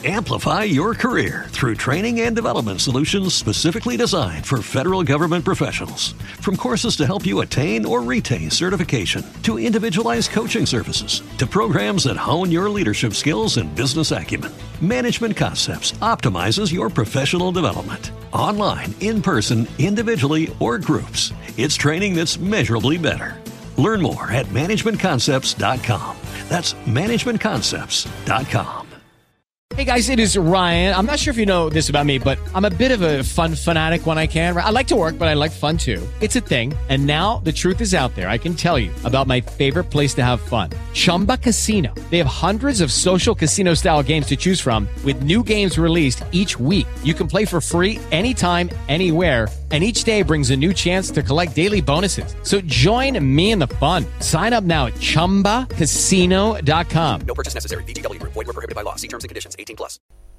Amplify your career through training and development solutions specifically designed for federal government professionals. From courses to help you attain or retain certification, to individualized coaching services, to programs that hone your leadership skills and business acumen, Management Concepts optimizes your professional development. Online, in person, individually, or groups, it's training that's measurably better. Learn more at managementconcepts.com. That's managementconcepts.com. Hey guys, it is Ryan. I'm not sure if you know this about me, but I'm a bit of a fun fanatic when I can. I like to work, but I like fun too. It's a thing. And now the truth is out there. I can tell you about my favorite place to have fun. Chumba Casino. They have hundreds of social casino style games to choose from with new games released each week. You can play for free anytime, anywhere. And each day brings a new chance to collect daily bonuses. So join me in the fun. Sign up now at ChumbaCasino.com. No purchase necessary. VGW Group. Void where prohibited by law. See terms and conditions. 18+.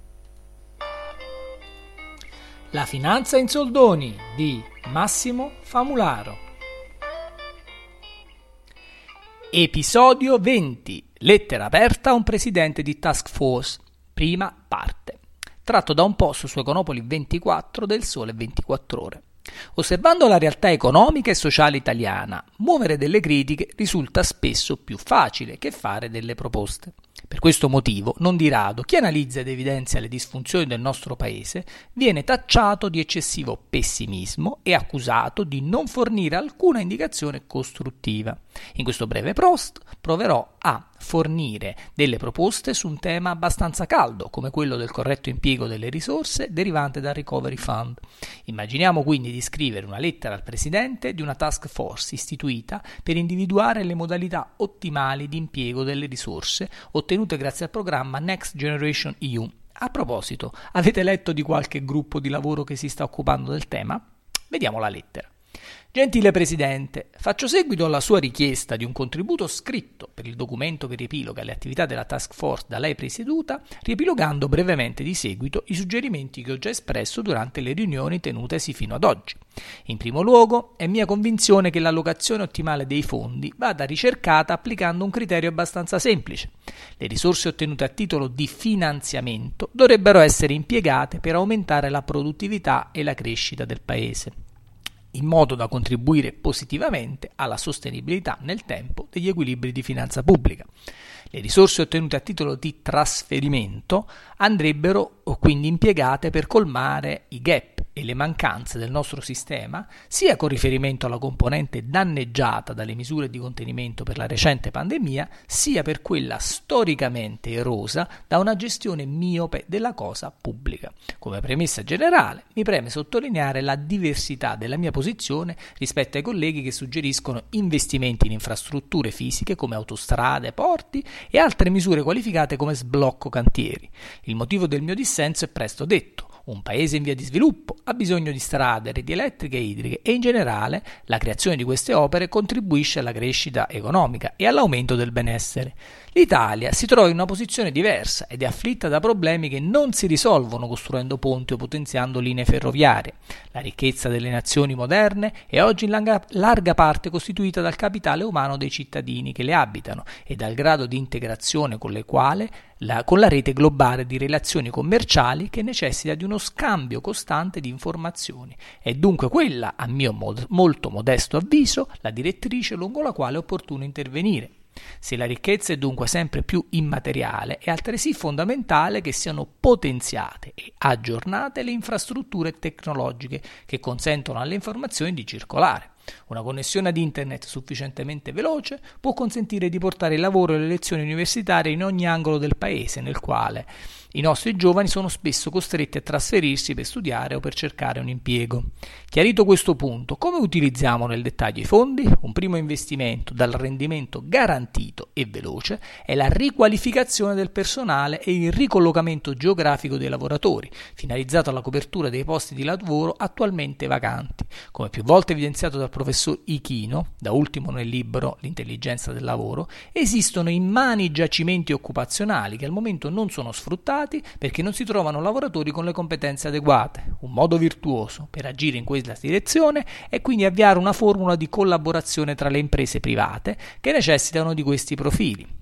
La finanza in soldoni di Massimo Famularo. Episodio 20. Lettera aperta a un presidente di task force. Prima parte. Tratto da un post su Econopoli 24 del Sole 24 Ore. Osservando la realtà economica e sociale italiana, muovere delle critiche risulta spesso più facile che fare delle proposte. Per questo motivo, non di rado, chi analizza ed evidenzia le disfunzioni del nostro paese viene tacciato di eccessivo pessimismo e accusato di non fornire alcuna indicazione costruttiva. In questo breve post proverò a fornire delle proposte su un tema abbastanza caldo, come quello del corretto impiego delle risorse derivante dal Recovery Fund. Immaginiamo quindi di scrivere una lettera al Presidente di una task force istituita per individuare le modalità ottimali di impiego delle risorse ottenute grazie al programma Next Generation EU. A proposito, avete letto di qualche gruppo di lavoro che si sta occupando del tema? Vediamo la lettera. Gentile Presidente, faccio seguito alla sua richiesta di un contributo scritto per il documento che riepiloga le attività della task force da lei presieduta, riepilogando brevemente di seguito i suggerimenti che ho già espresso durante le riunioni tenutesi fino ad oggi. In primo luogo, è mia convinzione che l'allocazione ottimale dei fondi vada ricercata applicando un criterio abbastanza semplice. Le risorse ottenute a titolo di finanziamento dovrebbero essere impiegate per aumentare la produttività e la crescita del Paese, in modo da contribuire positivamente alla sostenibilità nel tempo degli equilibri di finanza pubblica. Le risorse ottenute a titolo di trasferimento andrebbero quindi impiegate per colmare i gap e le mancanze del nostro sistema, sia con riferimento alla componente danneggiata dalle misure di contenimento per la recente pandemia, sia per quella storicamente erosa da una gestione miope della cosa pubblica. Come premessa generale, mi preme sottolineare la diversità della mia posizione rispetto ai colleghi che suggeriscono investimenti in infrastrutture fisiche come autostrade, porti e altre misure qualificate come sblocco cantieri. Il motivo del mio dissenso è presto detto. Un paese in via di sviluppo ha bisogno di strade, reti elettriche e idriche e in generale la creazione di queste opere contribuisce alla crescita economica e all'aumento del benessere. L'Italia si trova in una posizione diversa ed è afflitta da problemi che non si risolvono costruendo ponti o potenziando linee ferroviarie. La ricchezza delle nazioni moderne è oggi in larga parte costituita dal capitale umano dei cittadini che le abitano e dal grado di integrazione con la rete globale di relazioni commerciali che necessita di uno scambio costante di informazioni. È dunque quella, a mio molto modesto avviso, la direttrice lungo la quale è opportuno intervenire. Se la ricchezza è dunque sempre più immateriale, è altresì fondamentale che siano potenziate e aggiornate le infrastrutture tecnologiche che consentono alle informazioni di circolare. Una connessione ad internet sufficientemente veloce può consentire di portare il lavoro e le lezioni universitarie in ogni angolo del paese nel quale i nostri giovani sono spesso costretti a trasferirsi per studiare o per cercare un impiego. Chiarito questo punto, come utilizziamo nel dettaglio i fondi? Un primo investimento dal rendimento garantito e veloce è la riqualificazione del personale e il ricollocamento geografico dei lavoratori, finalizzato alla copertura dei posti di lavoro attualmente vacanti. Come più volte evidenziato dal professor Ichino, da ultimo nel libro L'intelligenza del lavoro, esistono immani giacimenti occupazionali che al momento non sono sfruttati perché non si trovano lavoratori con le competenze adeguate. Un modo virtuoso per agire in questa direzione è quindi avviare una formula di collaborazione tra le imprese private che necessitano di questi profili.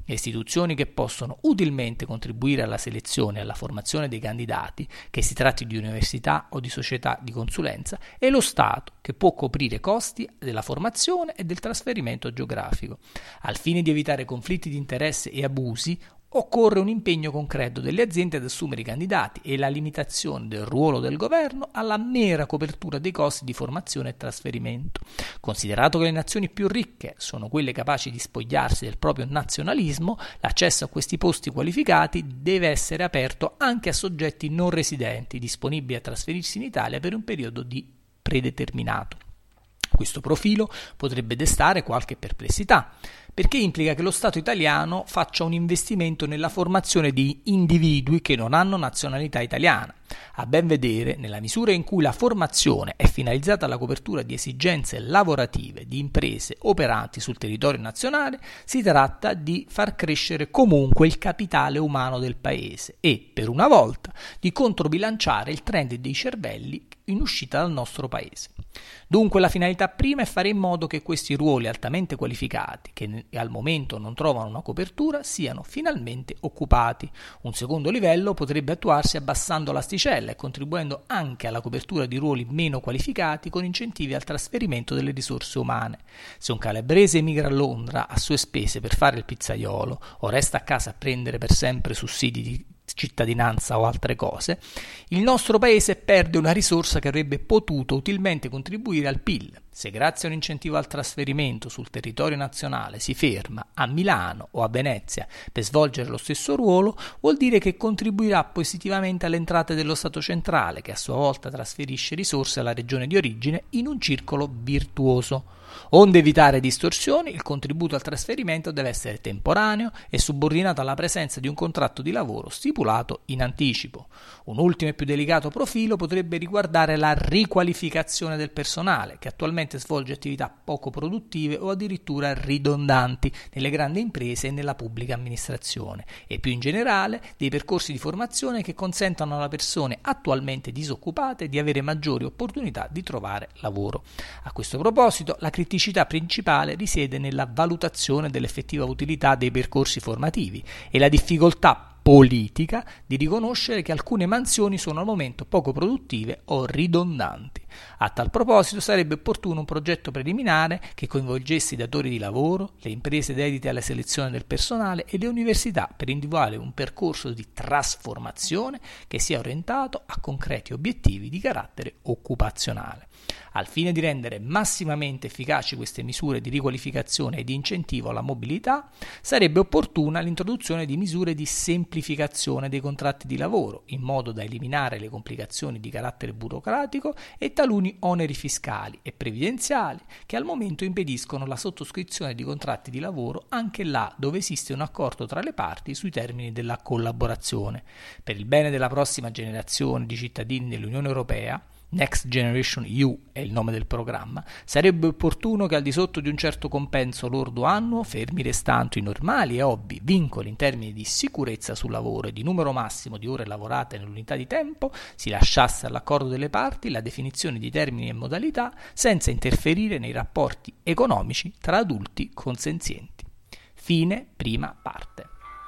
Istituzioni che possono utilmente contribuire alla selezione e alla formazione dei candidati, che si tratti di università o di società di consulenza, e lo Stato, che può coprire i costi della formazione e del trasferimento geografico. Al fine di evitare conflitti di interesse e abusi, occorre un impegno concreto delle aziende ad assumere i candidati e la limitazione del ruolo del governo alla mera copertura dei costi di formazione e trasferimento. Considerato che le nazioni più ricche sono quelle capaci di spogliarsi del proprio nazionalismo, l'accesso a questi posti qualificati deve essere aperto anche a soggetti non residenti disponibili a trasferirsi in Italia per un periodo di predeterminato. Questo profilo potrebbe destare qualche perplessità, perché implica che lo Stato italiano faccia un investimento nella formazione di individui che non hanno nazionalità italiana. A ben vedere, nella misura in cui la formazione è finalizzata alla copertura di esigenze lavorative di imprese operanti sul territorio nazionale, si tratta di far crescere comunque il capitale umano del paese e, per una volta, di controbilanciare il trend dei cervelli in uscita dal nostro paese. Dunque la finalità prima è fare in modo che questi ruoli altamente qualificati, che al momento non trovano una copertura, siano finalmente occupati. Un secondo livello potrebbe attuarsi abbassando l'asticella e contribuendo anche alla copertura di ruoli meno qualificati con incentivi al trasferimento delle risorse umane. Se un calabrese emigra a Londra a sue spese per fare il pizzaiolo o resta a casa a prendere per sempre sussidi di cittadinanza o altre cose, il nostro paese perde una risorsa che avrebbe potuto utilmente contribuire al PIL. Se grazie a un incentivo al trasferimento sul territorio nazionale si ferma a Milano o a Venezia per svolgere lo stesso ruolo, vuol dire che contribuirà positivamente alle entrate dello Stato centrale, che a sua volta trasferisce risorse alla regione di origine in un circolo virtuoso. Onde evitare distorsioni, il contributo al trasferimento deve essere temporaneo e subordinato alla presenza di un contratto di lavoro stipulato in anticipo. Un ultimo e più delicato profilo potrebbe riguardare la riqualificazione del personale, che attualmente svolge attività poco produttive o addirittura ridondanti nelle grandi imprese e nella pubblica amministrazione, e più in generale dei percorsi di formazione che consentano alle persone attualmente disoccupate di avere maggiori opportunità di trovare lavoro. A questo proposito, la criticità principale risiede nella valutazione dell'effettiva utilità dei percorsi formativi e la difficoltà politica di riconoscere che alcune mansioni sono al momento poco produttive o ridondanti. A tal proposito sarebbe opportuno un progetto preliminare che coinvolgesse i datori di lavoro, le imprese dedite alla selezione del personale e le università per individuare un percorso di trasformazione che sia orientato a concreti obiettivi di carattere occupazionale. Al fine di rendere massimamente efficaci queste misure di riqualificazione e di incentivo alla mobilità, sarebbe opportuna l'introduzione di misure di semplificazione dei contratti di lavoro, in modo da eliminare le complicazioni di carattere burocratico e taluni oneri fiscali e previdenziali che al momento impediscono la sottoscrizione di contratti di lavoro anche là dove esiste un accordo tra le parti sui termini della collaborazione. Per il bene della prossima generazione di cittadini dell'Unione Europea, Next Generation EU è il nome del programma, sarebbe opportuno che al di sotto di un certo compenso lordo annuo, fermi restando i normali e ovvi vincoli in termini di sicurezza sul lavoro e di numero massimo di ore lavorate nell'unità di tempo, si lasciasse all'accordo delle parti la definizione di termini e modalità senza interferire nei rapporti economici tra adulti consenzienti. Fine prima parte.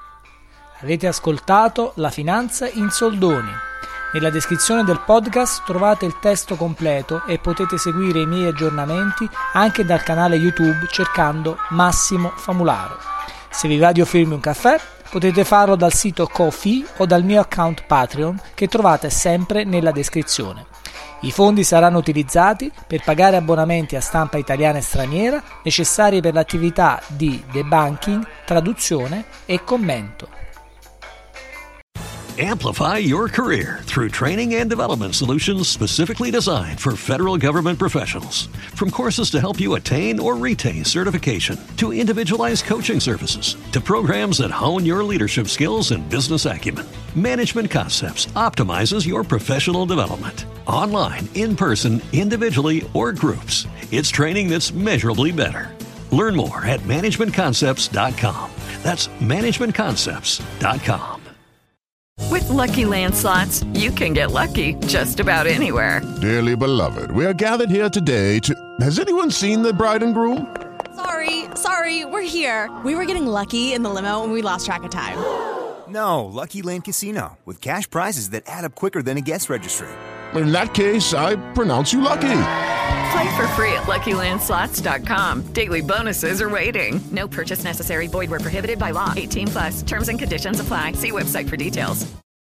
Avete ascoltato La Finanza in Soldoni. Nella descrizione del podcast trovate il testo completo e potete seguire i miei aggiornamenti anche dal canale YouTube cercando Massimo Famularo. Se vi va di offrirmi un caffè, potete farlo dal sito Ko-fi o dal mio account Patreon che trovate sempre nella descrizione. I fondi saranno utilizzati per pagare abbonamenti a stampa italiana e straniera necessari per l'attività di debunking, traduzione e commento. Amplify your career through training and development solutions specifically designed for federal government professionals. From courses to help you attain or retain certification, to individualized coaching services, to programs that hone your leadership skills and business acumen, Management Concepts optimizes your professional development. Online, in person, individually, or groups, it's training that's measurably better. Learn more at managementconcepts.com. That's managementconcepts.com. With Lucky Land Slots, you can get lucky just about anywhere. Dearly beloved, we are gathered here today to... Has anyone seen the bride and groom? Sorry, we're here. We were getting lucky in the limo and we lost track of time. No, Lucky Land Casino, with cash prizes that add up quicker than a guest registry. In that case, I pronounce you lucky. Play for free at LuckyLandSlots.com. Daily bonuses are waiting. No purchase necessary. Void where prohibited by law. 18+. Terms and conditions apply. See website for details.